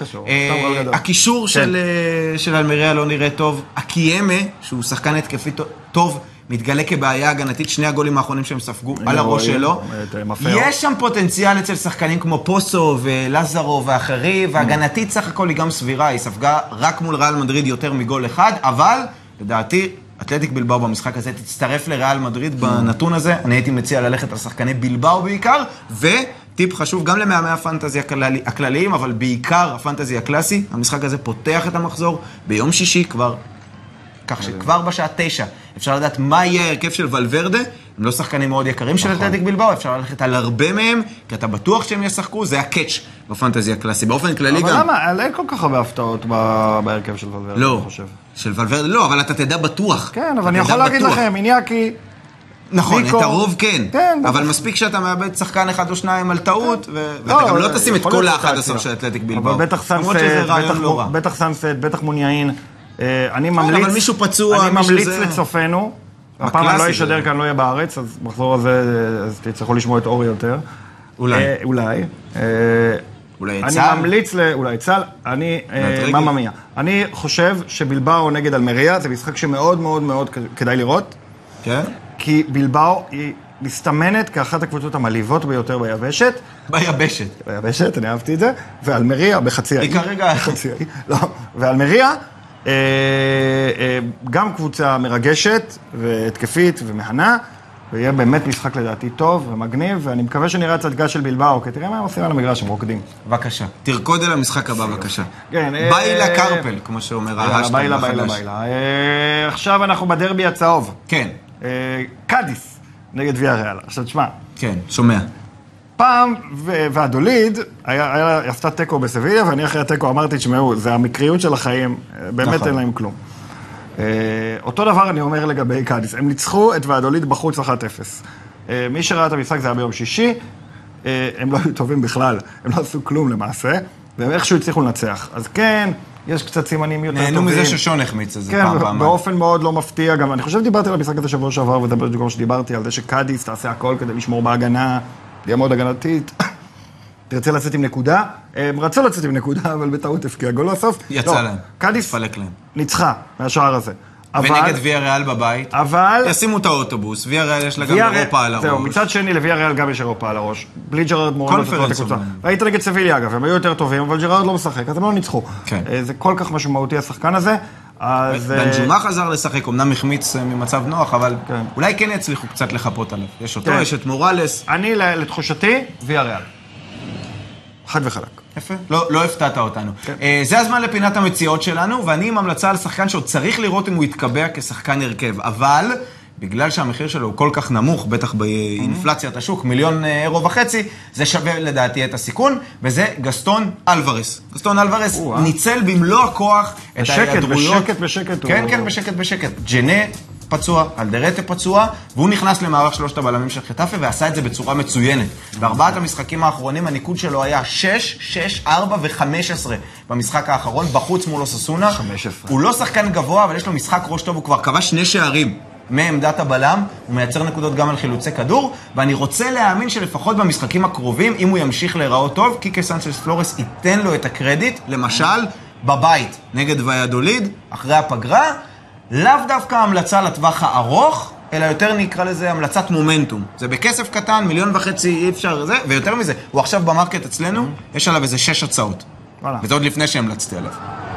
הקישור של אלמריה לא נראה טוב. אקיימה, שהוא שחקן התקפי טוב, מתגלה כבעיה הגנתית, 2 הגולים האחרונים שהם ספגו על הראש שלו. יש שם פוטנציאל אצל שחקנים כמו פוסו ולזרו ואחרים, והגנתית סך הכל היא גם סבירה, היא ספגה רק מול ריאל מדריד יותר מגול אחד, אבל לדעתי אתלטיק בלבאו במשחק הזה תצטרף לריאל מדריד בנתון הזה, אני הייתי מציע ללכת על שחקני בלבאו בעיקר, וטיפ חשוב גם למאמני הפנטזי הכלליים, אבל בעיקר הפנטזי הקלאסי, המשחק הזה פותח את המחזור ביום שישי כבר, כך שכבר בשעה 9 אפשר לדעת מה יהיה ההרכב של ולוורדה, הם לא שחקנים מאוד יקרים של אתלטיק בלבאו, אפשר ללכת על הרבה מהם, כי אתה בטוח שהם ישחקו, זה הקאץ' בפנטזי הקלאסי. באופן כללי גם... אבל למה? אין כל כך הרבה הפתעות בהרכב של ולוורדה, לא, אני חושב. של ולוורדה, לא, אבל אתה תדע בטוח. כן, אבל אני יכול להגיד לכם, איניאקי... נכון, את הרוב כן, אבל מספיק שאתה מאבד שחקן 1 או 2 על טעות, ואתה גם לא תשים את כל ה-11 של אתלטיק בלבאו. אבל בטח סאנסט, בטח מוניאין. אני ממליץ לצופנו, הפעם אני לא אשדר כאן, לא יהיה בארץ, אז מחזור הזה, אז תצטרכו לשמוע את אורי יותר. אולי. אולי אני ממליץ אולי צהל, ממא מיה. אני חושב שבלבאו נגד אלמריה, זה משחק שמאוד מאוד מאוד כדאי לראות. כן? כי בלבאו היא מסתמנת כאחת הקבוצות המעליבות ביותר ביבשת. ביבשת, אני אהבתי את זה. ואלמריה בחצי האי. היא כרגע... לא, ואלמריה, גם קבוצה מרגשת והתקפית ומהנה, ויהיה באמת משחק לדעתי טוב ומגניב, ואני מקווה שנראה את הצדקה של בלבאו, כי תראה מה הם עושים על המגרש, הם רוקדים. בבקשה, תרקוד אל המשחק הבא, בבקשה. ביילה קרפל, כמו שאומר ההשטג החדש. עכשיו אנחנו בדרבי הצהוב. כן. קאדיס נגד ויאריאל. עכשיו תשמע. כן, שומע. פעם והדוליד עשתה טקו בסביליה, ואני אחרי הטקו אמרתי, תשמעו, זה המקריות של החיים, באמת אין להם כלום. אותו דבר אני אומר לגבי קאדיס, הם ניצחו את והדוליד בחוץ 1-0. מי שראה את המשחק זה היה ביום שישי, הם לא היו טובים בכלל, הם לא עשו כלום למעשה, והם איכשהו הצליחו לנצח. אז כן, יש קצת סימנים יותר טובים. נהנו מזה ששון החמיץ את זה פעם פעם. כן, באופן מאוד לא מפתיע גם. אני חושב דיברתי על המשחק הזה שבוע שעבר, וזה בדיוק שדיברתי על זה שקאדיס תעשה הכל כדי לשמור בהגנה, תהיה מאוד הגנתית. תרצה לצאת עם נקודה. הם רצו לצאת עם נקודה, אבל בטעות הפקיע גול לסוף. יצא להם. קאדיס ניצחה מהשער הזה. ונגד ויאריאל בבית, ישימו את האוטובוס, ויאריאל יש לה גם אירופה על הראש. זהו, מצד שני לוויאריאל גם יש אירופה על הראש. בלי ג'רארד מורנו. ראית נגד סביליה אגב, הם היו יותר טובים, אבל ג'רארד לא משחק, אז הם לא ניצחו. זה כל כך משמעותי השחקן הזה. בנג'ומה חזר לשחק, אמנם החמיץ ממצב נוח, אבל אולי כן יצליחו קצת לחפות עליו. יש אותו, יש את מורלס. אני, לתחושתי, ויאריאל. חד וחלק. יפה. לא הפתעת אותנו. זה הזמן לפינת המציאות שלנו, ואני עם המלצה על שחקן שעוד צריך לראות אם הוא יתקבע כשחקן הרכב. אבל, בגלל שהמחיר שלו הוא כל כך נמוך, בטח באינפלציית השוק, 1.5 מיליון אירו, זה שווה לדעתי את הסיכון, וזה גסטון אלוורס. גסטון אלוורס ניצל במלוא הכוח את ההיעדרויות. בשקט. כן, בשקט. ג'נה פצוע, אלדרטה פצוע, והוא נכנס למערך 3 הבלמים של חטאפה, ועשה את זה בצורה מצוינת. בארבעת המשחקים האחרונים, הניקוד שלו היה 6, 6, 4 ו-15 במשחק האחרון, בחוץ מול אוססונה. 15. הוא לא שחקן גבוה, אבל יש לו משחק ראש טוב, הוא כבר כבש 2 שערים מעמדת הבלם, הוא מייצר נקודות גם על חילוצי כדור, ואני רוצה להאמין שלפחות במשחקים הקרובים, אם הוא ימשיך להיראות טוב, קיקה סנצ'ס פלורס ייתן לו את הקרדיט, למשל, בבית, נגד ויאדוליד, אחרי הפגרה, לאו דווקא המלצה לטווח הארוך, אלא יותר נקרא לזה המלצת מומנטום. זה בכסף קטן, 1.5 מיליון אי אפשר זה, ויותר מזה, הוא עכשיו במרקט אצלנו, יש עליו איזה 6 הצעות. וזה עוד לפני שהמלצתי עליו.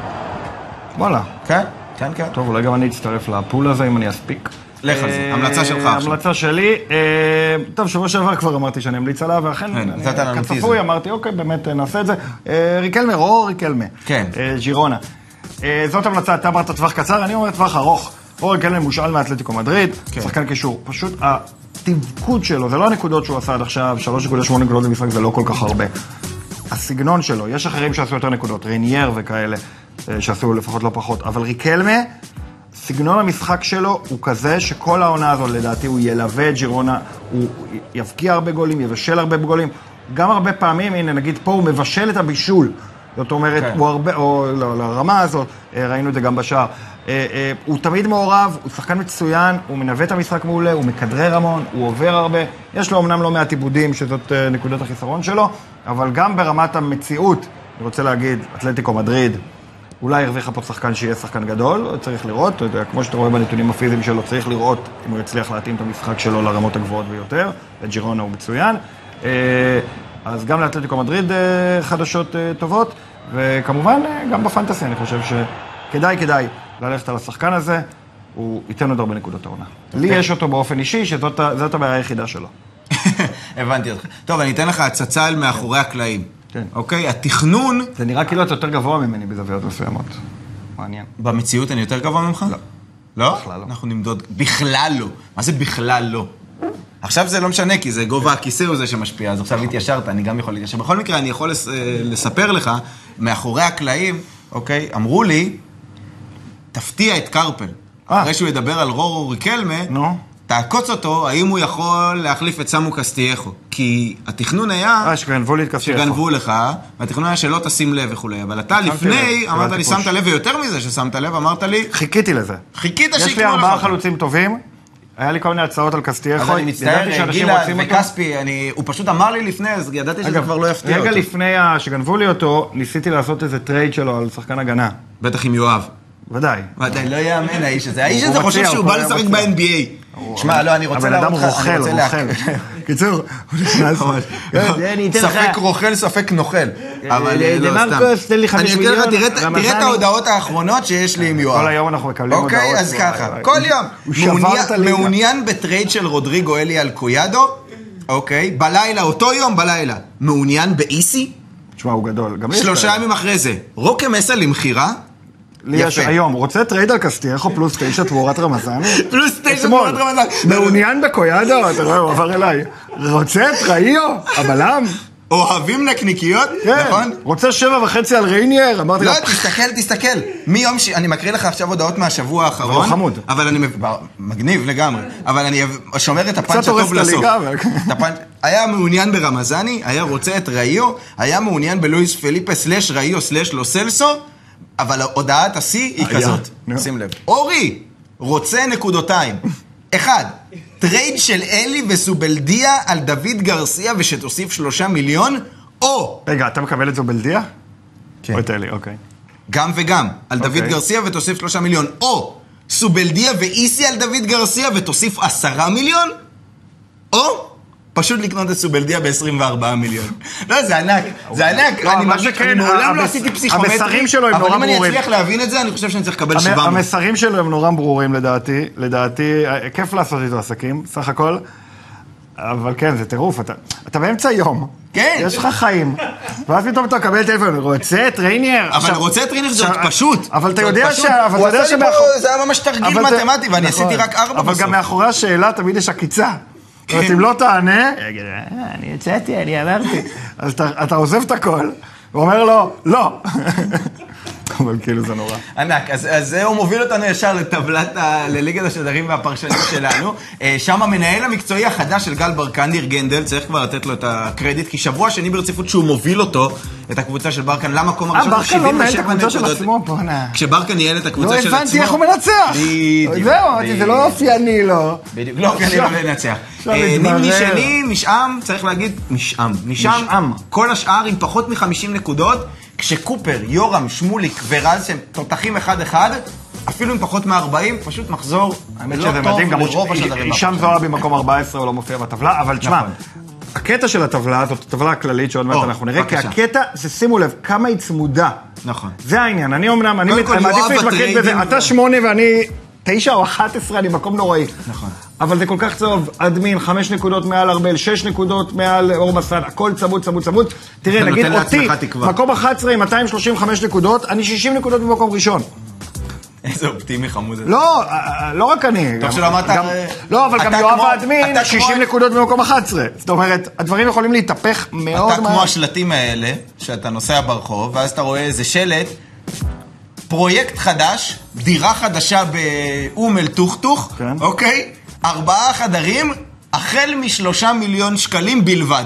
וואלה. כן. טוב, אולי גם אני אצטרף לפול הזה, אם אני אספיק. לך על זה, המלצה שלך עכשיו. המלצה שלי, טוב, שבוע שעבר כבר אמרתי שאני אמליץ עליו, ואכן, כצפוי אמרתי, אוקיי, באמת נעשה את זה. ריקלמה, ריקלמה. כן. ג'ירונה. זאת המלצה, אתה אמרת טווח קצר, אני אומר טווח ארוך. ריקלמה מושאל מאתלטיקו מדריד, שחקן קישור. פשוט התפקוד שלו, זה לא הנקודות שהוא עשה עד עכשיו, 3.8 נקודות במשחק זה לא כל כך הרבה. הסגנון שלו, יש אחרים שעשו יותר נקודות, רינייר וכאלה, שעשו לפחות לא פחות, אבל ריקלמה, סגנון המשחק שלו הוא כזה שכל העונה הזו, לדעתי, הוא ילווה את ג'ירונה, הוא יבקיע הרבה גולים, יבשל הרבה גולים, גם הרבה פעמים, הנה נגיד פה הוא מבשל את הבישול, זאת אומרת, הוא הרבה, או לרמה הזאת, ראינו את זה גם בשער, הוא תמיד מעורב, הוא שחקן מצוין, הוא מנווה את המשחק מעולה, הוא מקדרר המון, הוא עובר הרבה, יש לו אמנם לא מעט עיבודים, שזאת נקודת החיסרון שלו, אבל גם ברמת המציאות, אני רוצה להגיד, אתלטיקו מדריד, אולי הרוויחה פה שחקן שיהיה שחקן גדול, צריך לראות, כמו שאתה רואה בנתונים הפיזיים שלו, צריך לראות אם הוא יצליח להתאים את המשחק שלו לרמות הגבוהות ביותר, וג'ירונה הוא מצוין. אז גם לאתלטיקו מדריד חדשות טובות, וכמובן גם בפנטסי אני חושב שכדאי ללכת על השחקן הזה, הוא ייתן עוד הרבה נקודות העונה. לי יש אותו באופן אישי, שזאת הבעיה היחידה שלו. הבנתי אותך. טוב, אני אתן לך הצצה אל מאחורי הקלעים. אוקיי, התכנון... זה נראה כאילו אתה יותר גבוה ממני בזוויות מסוימות. מעניין. במציאות אני יותר גבוה ממך? לא. לא? בכלל לא. אנחנו נמדוד... בכלל לא. מה זה בכלל לא? עכשיו זה לא משנה, כי זה גובה הכיסא הוא זה שמשפיע, אז עכשיו התיישרת, אני גם יכול להתיישר. בכל מקרה, אני יכול לספר לך, מאחורי הקלעים, אוקיי, אמרו לי, תפתיע את קרפל. אחרי שהוא ידבר על ריקלמה, תעקוץ אותו, האם הוא יכול להחליף את סמו קסטייחו. כי התכנון היה... שגנבו לי את קסטייחו. שגנבו לך, והתכנון היה שלא תשים לב וכולי. אבל אתה לפני, אמרת לי, שמת לב, ויותר מזה ששמת לב, אמרת לי... חיכיתי לזה. חיכית יש לי 4 חלוצים טובים, היה לי כל מיני הצעות על קסטייחו. אז אני מצטער, גילה וכספי, הוא פשוט אמר לי לפני, אז ידעתי שזה כבר לא יפתיע אותו. רגע לפני שגנבו לי אותו, ניסיתי לעשות איזה טרייד שלו על שחקן הגנה. בטח עם יואב. ודאי. ודאי, לא יאמן האיש הזה. האיש הזה חושב שהוא בא לשחק ב-NBA. שמע, לא, אני רוצה להראות לך, אני רוצה להקריא. קיצור, הוא נכנס. ספק רוכל, ספק נוכל. אבל לא סתם. דמרקוס, תן לי 5 מיליון. תראה את ההודעות האחרונות שיש לי עם יואב. כל היום אנחנו מקבלים הודעות. אוקיי, אז ככה. כל יום. מעוניין בטרייד של רודריגו אלי על קויאדו. אוקיי. בלילה, אותו יום בלילה. מעוניין באיסי. תשמע, הוא גדול. 3 ימים אחרי זה. רוקה מסה למחירה. לי יש היום, רוצה טרייד על קסטייחו פלוס 9 תמורת רמזן? פלוס 9 תמורת רמזן. מעוניין בקויאדו, אתה רואה, הוא עבר אליי. רוצה את ראיו, הבלם? אוהבים נקניקיות, נכון? רוצה 7.5 על ריינייר? אמרתי לו... לא, תסתכל. מיום אני מקריא לך עכשיו הודעות מהשבוע האחרון. אבל חמוד. אבל אני... מגניב לגמרי. אבל אני שומר את הפאנץ' הטוב לסוף. היה מעוניין ברמזני, היה רוצה את ראיו, היה מעוניין בלואיס פליפה סלש ראיו סלש לא סלסו, אבל הודעת השיא היא כזאת. שים לב. אורי, רוצה נקודותיים. 1. טרייד של אלי וסובלדיה על דוד גרסיה ושתוסיף 3 מיליון, או... רגע, אתה מקבל את זובלדיה? כן. או את אלי, אוקיי. גם וגם, על דוד גרסיה ותוסיף 3 מיליון, או סובלדיה ואיסי על דוד גרסיה ותוסיף 10 מיליון, או... פשוט לקנות את סובלדיה ב-24 מיליון. לא, זה ענק, זה ענק. אני מעולם לא עשיתי פסיכומטרי, המסרים שלו הם נורא ברורים. אבל אם אני אצליח להבין את זה, אני חושב שאני צריך לקבל 700. המסרים שלו הם נורא ברורים לדעתי, כיף לעשות איתו עסקים, סך הכל. אבל כן, זה טירוף, אתה באמצע יום. כן. יש לך חיים. ואז פתאום אתה מקבל טלפון, רוצה את ריינייר? אבל רוצה את ריינייר זה עוד פשוט. אבל אתה יודע הוא עשה לי פה, זה היה ממש תרגיל מתמטי, ואני עשיתי רק 4 בסוף. אבל גם מאחורי השאלה תמיד יש עקיצה. זאת אומרת, אם לא תענה, אני יצאתי, אני אמרתי. אז אתה עוזב את הכל, ואומר לו, לא. אבל כאילו זה נורא. ענק, אז הוא מוביל אותנו ישר לליגת השדרים והפרשנים שלנו. שם המנהל המקצועי החדש של גל ברקן, ניר גנדל, צריך כבר לתת לו את הקרדיט, כי שבוע שני ברציפות שהוא מוביל אותו, את הקבוצה של ברקן, למקום הראשון, ברקן לא מנהל את הקבוצה של עצמו, פה נע. כשברקן ניהל את הקבוצה של עצמו. לא הבנתי איך הוא מנצח. זהו, זה לא אופייני לו. בדיוק, לא אופייני לו לנצח. נימני שני, משעם, צריך להגיד, משעם. כל השאר עם פחות מ-50 נקודות, כשקופר, יורם, שמוליק ורז, שהם תותחים 1-1, אפילו עם פחות מ-40, פשוט מחזור לא טוב לרוב השדרים. הישאם זועבי במקום 14, הוא לא מופיע בטבלה, אבל תשמע, הקטע של הטבלה, זאת הטבלה הכללית שעוד מעט אנחנו נראה, כי הקטע זה, שימו לב, כמה היא צמודה. נכון. זה העניין, אני אומנם, אני מעדיף להתמקד בזה, אתה 8 ואני 9 או 11, אני מקום נוראי. נכון. אבל זה כל כך טוב, אדמין, 5 נקודות מעל ארבל, 6 נקודות מעל אור מסד, הכל צמוד, צמוד, צמוד. תראה, נגיד אותי, מקום 11 עם 235 נקודות, אני 60 נקודות במקום ראשון. איזה אופטימי חמוד. לא רק אני. טוב שלא אמרת... לא, אבל גם יואב האדמין, 60 נקודות במקום 11. זאת אומרת, הדברים יכולים להתהפך מאוד. אתה כמו השלטים האלה, שאתה נוסע ברחוב, ואז אתה רואה איזה שלט, פרויקט חדש, דירה חדשה באום תוך, אוקיי? 4 חדרים, החל מ3 מיליון שקלים בלבד.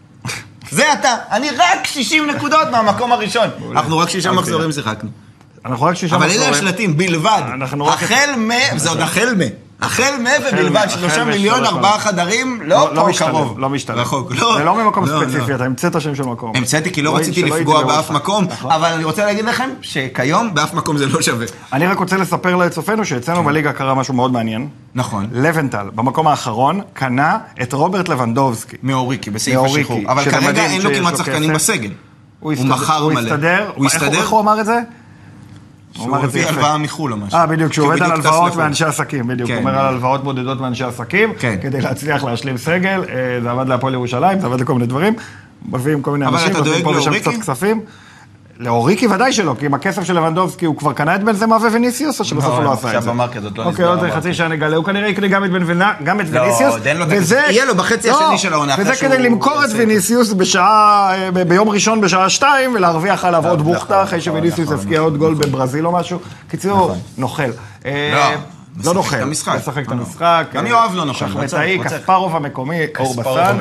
זה אתה. אני רק 60 נקודות מהמקום הראשון. אנחנו רק 6 מחזורים שיחקנו. אנחנו רק 6 מחזורים. אבל אלה השלטים, בלבד. החל זה עוד החל ובלבד, 3 מיליון, 4 חדרים, לא פה קרוב. לא משתלם. רחוק. זה לא ממקום ספציפי, אתה המצאת שם של מקום. המצאתי כי לא רציתי לפגוע באף מקום, אבל אני רוצה להגיד לכם שכיום באף מקום זה לא שווה. אני רק רוצה לספר לצופינו שאצלנו בליגה קרה משהו מאוד מעניין. נכון. לבנטל, במקום האחרון, קנה את רוברט לבנדובסקי. מאוריקי, בסעיף השחרור. אבל כרגע אין לו כמעט שחקנים בסגל. הוא מכר מלא. הוא הסתדר. איך הוא אמר את זה? שהוא הביא הלוואה מחול או משהו. בדיוק, שהוא עובד על הלוואות מאנשי עסקים, בדיוק. הוא אומר על הלוואות בודדות מאנשי עסקים, כדי להצליח להשלים סגל, זה עבד להפועל ירושלים, זה עבד לכל מיני דברים, מביאים כל מיני אנשים, מביאים פה ושם קצת כספים. לאוריקי ודאי שלא, כי עם הכסף של לבנדובסקי הוא כבר קנה את בנזמה וויניסיוס, או שבסוף הוא לא עשה את זה? עכשיו במרקט עוד לא אוקיי, עוד חצי שעה נגלה, הוא כנראה יקנה גם את ויניסיוס, יהיה לו בחצי השני של העונה. וזה כדי למכור את ויניסיוס ביום ראשון בשעה 2, ולהרוויח עליו עוד בוכתה, אחרי שוויניסיוס הפקיע עוד גול בברזיל או משהו. קיצור, נוכל. לא נוכל, משחק את המשחק. גם יואב לא נוכל. שחמטאי, קספרוב המקומי, אור בסן.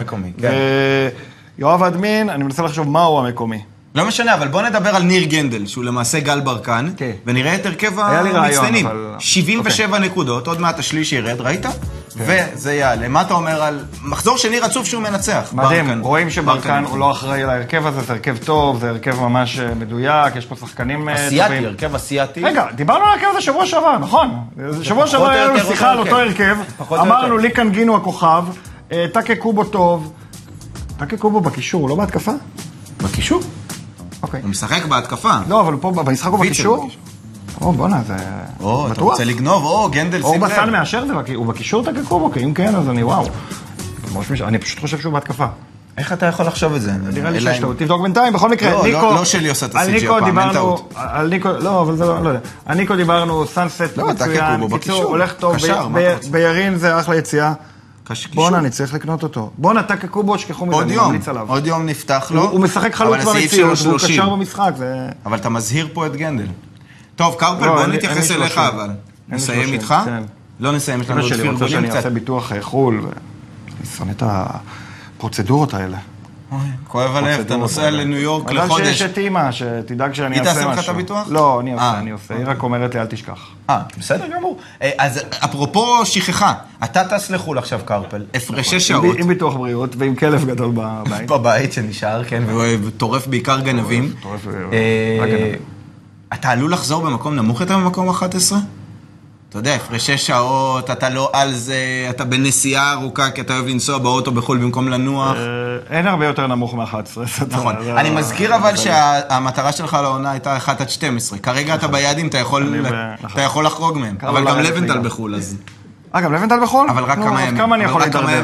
יואב אדמין, אני מנסה לחשוב מהו המקומי. לא משנה, אבל בוא נדבר על ניר גנדל, שהוא למעשה גל ברקן, ונראה את הרכב המצטיינים. 77 נקודות, עוד מעט השליש ירד, ראית? וזה יעלה. מה אתה אומר על מחזור שני רצוף שהוא מנצח? מדהים, רואים שברקן הוא לא אחראי להרכב הזה, זה הרכב טוב, זה הרכב ממש מדויק, יש פה שחקנים אסיאטי, הרכב אסיאטי. רגע, דיברנו על הרכב הזה שבוע שעבר, נכון? שבוע שעבר היה לנו שיחה על אותו הרכב, אמרנו ליקן גינו הכוכב, טאקה קובו טוב, טאקה קובו בקישור, לא בהתקפה? בקישור? אוקיי. הוא משחק בהתקפה. לא, אבל פה במשחק הוא בקישור? בוא'נה, זה בטוח. אתה רוצה לגנוב, גנדל, שים לב. בסן מאשר זה, הוא בקישור טאקה קובו, כי אם כן, אז אני וואו. אני פשוט חושב שהוא בהתקפה. איך אתה יכול לחשוב את זה? נראה לי שיש טעות. תבדוק בינתיים, בכל מקרה. לא שלי עושה את הסיג'י הפעם, אין טעות. לא, אבל זה לא יודע. על ניקו דיברנו, סאנסט מצוין, קיצור, הולך טוב, בירין זה אחלה יציאה. בואנה, אני צריך לקנות אותו. בואנה, טאקה קובו, שכחו מזה, אני ממליץ עליו. עוד יום נפתח לו. הוא משחק חלוץ במציאות, הוא קשר במשחק. אבל אתה מזהיר פה את גנדל. טוב, קרפל, בוא נתייחס אליך אבל. נסיים איתך? לא נסיים, יש לנו עוד פרגונים קצת. שאני אעשה ביטוח חול, ואני שונא את הפרוצדורות האלה. כואב הלב, אתה נוסע לניו יורק לחודש. אבל שיש את אימא, שתדאג שאני אעשה משהו. היא תעשה לך את הביטוח? לא, אני עושה. היא רק אומרת לי, אל תשכח. בסדר גמור. אז אפרופו שכחה, אתה טס לחול עכשיו קרפל, הפרשי שעות. עם ביטוח בריאות ועם כלב גדול בבית. בבית שנשאר, כן, וטורף בעיקר גנבים. טורף רק גנבים. אתה עלול לחזור במקום נמוך יותר במקום 11? אתה יודע, הפרשי שעות, אתה לא על זה, אתה בנסיעה ארוכה, כי אתה אוהב לנסוע באוטו בחול במקום לנוח. אין הרבה יותר נמוך מ-11. נכון. אני מזכיר אבל שהמטרה שלך לעונה הייתה 1 עד 12. כרגע אתה ביעדים, אתה יכול לחרוג מהם. אבל גם לבנטל בחול, אז... גם לבנטל בחול? אבל רק כמה ימים. כמה אני יכול לדרדר?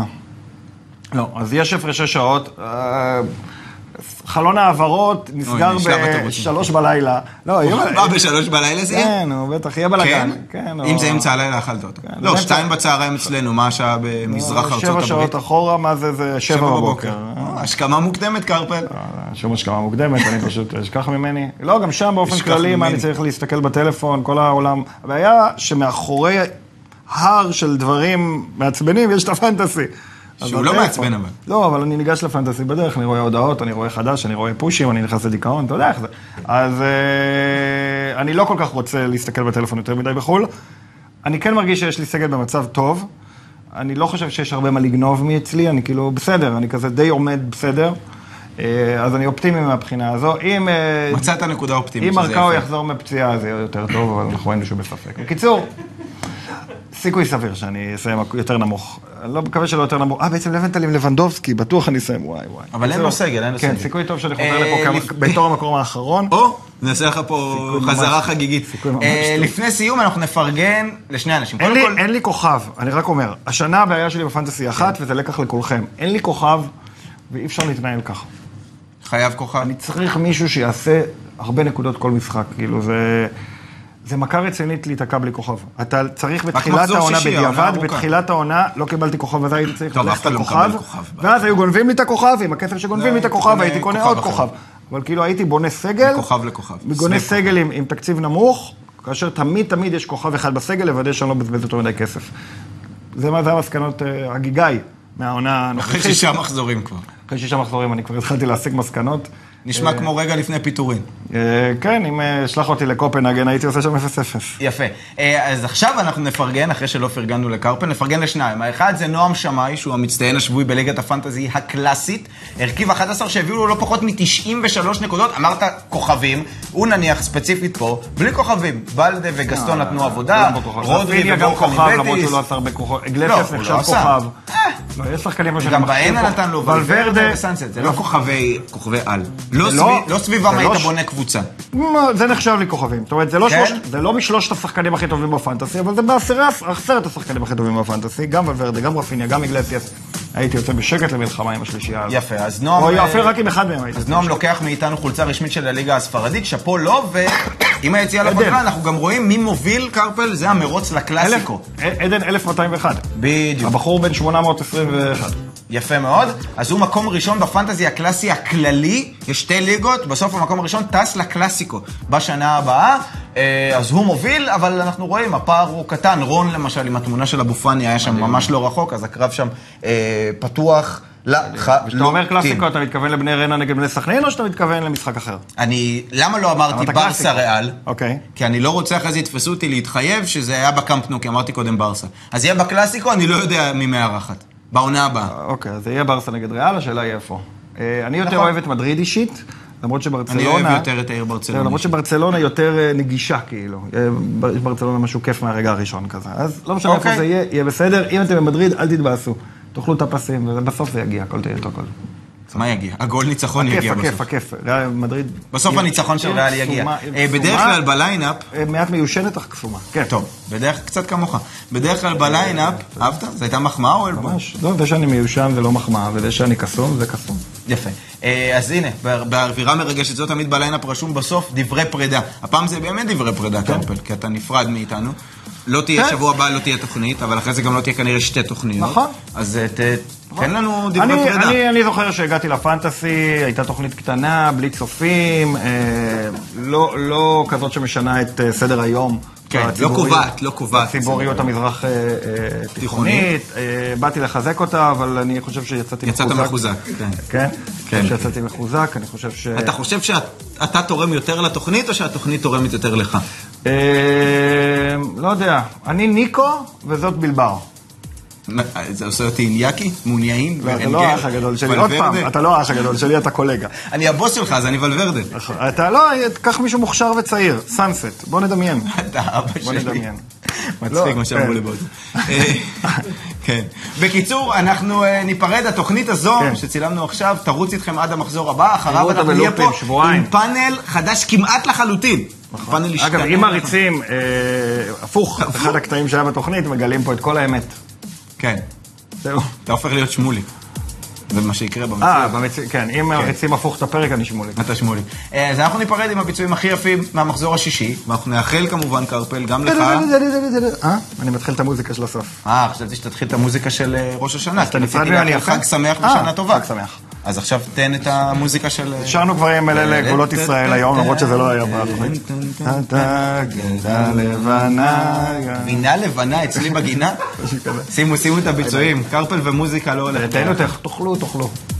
לא, אז יש הפרשי שעות. חלון העברות נסגר ב-3 בלילה. מה, ב-3 בלילה זה יהיה? כן, הוא בטח יהיה בלגן. אם זה אמצע הלילה, אכלת אותו. לא, 2 בצהריים אצלנו, מה השעה במזרח ארצות הברית? 7 שעות אחורה, מה זה 7 בבוקר. השכמה מוקדמת, קרפל. שום השכמה מוקדמת, אני פשוט אשכח ממני. לא, גם שם באופן כללי, מה אני צריך להסתכל בטלפון, כל העולם. הבעיה שמאחורי הר של דברים מעצבנים, יש את הפנטסי. שהוא לא מעצבן אבל. לא, אבל אני ניגש לפנטסי בדרך, אני רואה הודעות, אני רואה חדש, אני רואה פושים, אני נכנס לדיכאון, אתה יודע איך זה. אז אני לא כל כך רוצה להסתכל בטלפון יותר מדי בחול. אני כן מרגיש שיש לי סגל במצב טוב. אני לא חושב שיש הרבה מה לגנוב מאצלי, אני כאילו בסדר, אני כזה די עומד בסדר. אז אני אופטימי מהבחינה הזו. מצאת נקודה אופטימית. אם מרקאו יחזור מפציעה, זה יהיה יותר טוב, אבל אנחנו ראינו שהוא בספק. בקיצור, סיכוי סביר שאני אסיים יותר נמוך. אני לא מקווה שלא יותר נמוך. בעצם לבנטל עם לבנדובסקי, בטוח אני אסיים, וואי. אבל אין לו סגל, אין לו סגל. כן, סיכוי טוב שאני חוזר לפה בתור המקום האחרון. נעשה לך פה חזרה חגיגית. לפני סיום אנחנו נפרגן לשני אנשים. אין לי כוכב, אני רק אומר, השנה הבעיה שלי בפנטסי אחת, וזה לקח לכולכם. אין לי כוכב, ואי אפשר להתנהל ככה. חייב כוכב. אני צריך מישהו שיעשה הרבה נקודות כל משחק, כאילו זה מכה רצינית להתעקע בלי כוכב. אתה צריך בתחילת העונה בדיעבד, בתחילת העונה לא קיבלתי כוכב, אז הייתי צריך ללכת על כוכב, ואז היו גונבים לי את הכוכב, עם הכסף שגונבים לי את הכוכב, הייתי קונה עוד כוכב. אבל כאילו הייתי בונה סגל, מכוכב לכוכב. בונה סגל עם תקציב נמוך, כאשר תמיד יש כוכב אחד בסגל, לוודא שאני לא מבזבז אותו מדי כסף. זה המסקנות הגיגאי מהעונה הנוכחית. אחרי 6 מחזורים כבר. אחרי 6 מחזורים אני כבר התחלתי להסיק מסקנות. נשמע כמו רגע לפני פיטורין. כן, אם שלח אותי לקופנהגן, הייתי עושה שם 0-0. יפה. אז עכשיו אנחנו נפרגן, אחרי שלא פרגנו לקרפל, נפרגן לשניים. האחד זה נועם שמאי, שהוא המצטיין השבועי בליגת הפנטזי הקלאסית. הרכיב 11 שהביאו לו לא פחות מ-93 נקודות. אמרת כוכבים, הוא נניח ספציפית פה, בלי כוכבים. בלדה וגסטון נתנו עבודה, רודרי ובורחה מבטיס. למרות שהוא לא עשה הרבה כוכב. אגלסיאס נחשב כוכב. לא, יש שחקנים גם בעינה נתן לו, ולוורדה וסנסט, זה לא כוכבי על. לא סביבם היית בונה קבוצה. זה נחשב לי כוכבים. זאת אומרת, זה לא משלושת השחקנים הכי טובים בפנטסי, אבל זה בעשרת השחקנים הכי טובים בפנטסי, גם ולוורדה, גם רפיניה, גם אגלסיאס. הייתי יוצא בשקט למלחמה עם השלישייה הזאת. יפה, אז נועם... או יפה רק עם אחד מהם הייתי. אז נועם לוקח מאיתנו חולצה רשמית של הליגה הספרדית, שפו לא, ועם היציאה לפגרה אנחנו גם רואים מי מוביל קרפל, זה המרוץ לקלאסיקו. עדן 1201. בדיוק. הבחור בן 821. יפה מאוד. אז הוא מקום ראשון בפנטזי הקלאסי הכללי, יש 2 ליגות, בסוף המקום הראשון טס לקלאסיקו בשנה הבאה, אז הוא מוביל, אבל אנחנו רואים, הפער הוא קטן. רון למשל, עם התמונה של אבו פאני, היה שם ממש לא רחוק, אז הקרב שם פתוח לחלוטין. כשאתה אומר קלאסיקו, אתה מתכוון לבני ריינה נגד בני סכנין, או שאתה מתכוון למשחק אחר? למה לא אמרתי ברסה ריאל? אוקיי. כי אני לא רוצה אחרי זה יתפסו אותי להתחייב שזה היה בקאמפ נו, כי אמרתי קודם ברסה. אז יהיה בקלאסיקו, אני לא יודע מי מארחת. בעונה הבאה. אוקיי, אז יהיה ברסה נגד ריאל, השאלה היא איפה. אני יותר אוהב את מדריד אישית, למרות שברצלונה... אני אוהב יותר את העיר ברצלונה. למרות שברצלונה יותר נגישה, כאילו. יש ברצלונה משהו כיף מהרגע הראשון כזה. אז לא משנה איפה זה יהיה, יהיה בסדר. אם אתם במדריד, אל תתבאסו. תאכלו את הפסים, ובסוף זה יגיע, הכל תהיה אותו הכל. מה יגיע? הגול ניצחון יגיע בסוף. הכיף. ריאל מדריד... בסוף הניצחון של ריאל יגיע. בדרך כלל בליינאפ... מעט מיושנת, אך קסומה. כן. טוב, קצת כמוך. בדרך כלל בליינאפ, אהבת? זו הייתה מחמאה או אלבום? ממש. לא, זה שאני מיושן זה לא מחמאה, וזה שאני קסום זה קסום. יפה. אז הנה, באווירה מרגשת זאת תמיד בליינאפ רשום בסוף דברי פרידה. הפעם זה באמת דברי פרידה, קרפל, כי אתה נפרד מאיתנו. לא תהיה שבוע הבא, לא תהיה תוכנית, אבל אחרי זה גם לא תהיה כנראה שתי תוכניות. נכון. אז תן לנו דברי פרידה. אני זוכר שהגעתי לפנטסי, הייתה תוכנית קטנה, בלי צופים, לא כזאת שמשנה את סדר היום. כן, לא קובעת. הציבוריות המזרח תיכונית. באתי לחזק אותה, אבל אני חושב שיצאתי מחוזק. יצאת מחוזק, כן. כן? שיצאתי מחוזק, אני חושב ש... אתה חושב שאתה תורם יותר לתוכנית, או שהתוכנית תורמת יותר לך? לא יודע. אני ניקו, וזאת בלבר. זה עושה אותי איניאקי? מוניאין? אתה לא האח הגדול שלי. עוד פעם, אתה לא האח הגדול שלי, אתה קולגה. אני הבוס שלך, אז אני ולוורדה. אתה לא, קח מישהו מוכשר וצעיר. סאנסט. בוא נדמיין. אתה אבא שלי. בוא נדמיין. מצחיק מה שאמרו לי באותו. כן. בקיצור, אנחנו ניפרד. התוכנית הזו שצילמנו עכשיו, תרוץ איתכם עד המחזור הבא. אחריו אנחנו נהיה פה עם פאנל חדש כמעט לחלוטין. אגב, אם מריצים, הפוך, אחד הקטעים שהיה בתוכנית, מגלים פה את כל האמת. כן. זהו. אתה הופך להיות שמולי. זה מה שיקרה במציאות. כן. אם מריצים הפוך את הפרק, אני שמולי. אתה שמולי. אז אנחנו ניפרד עם הביצועים הכי יפים מהמחזור השישי, ואנחנו נאחל כמובן, קרפל, גם לך. אני מתחיל את המוזיקה של הסוף. חשבתי שתתחיל את המוזיקה של ראש השנה. אתה נפרד ממני אחר? חג שמח ושנה טובה. חג שמח. אז עכשיו תן את המוזיקה של... שרנו כבר עם אלה לגבולות ישראל היום, למרות שזה לא היה בתוכנית. גדה לבנה. בינה לבנה אצלי בגינה? שימו את הביצועים. קרפל ומוזיקה לא הולך. תאכלו.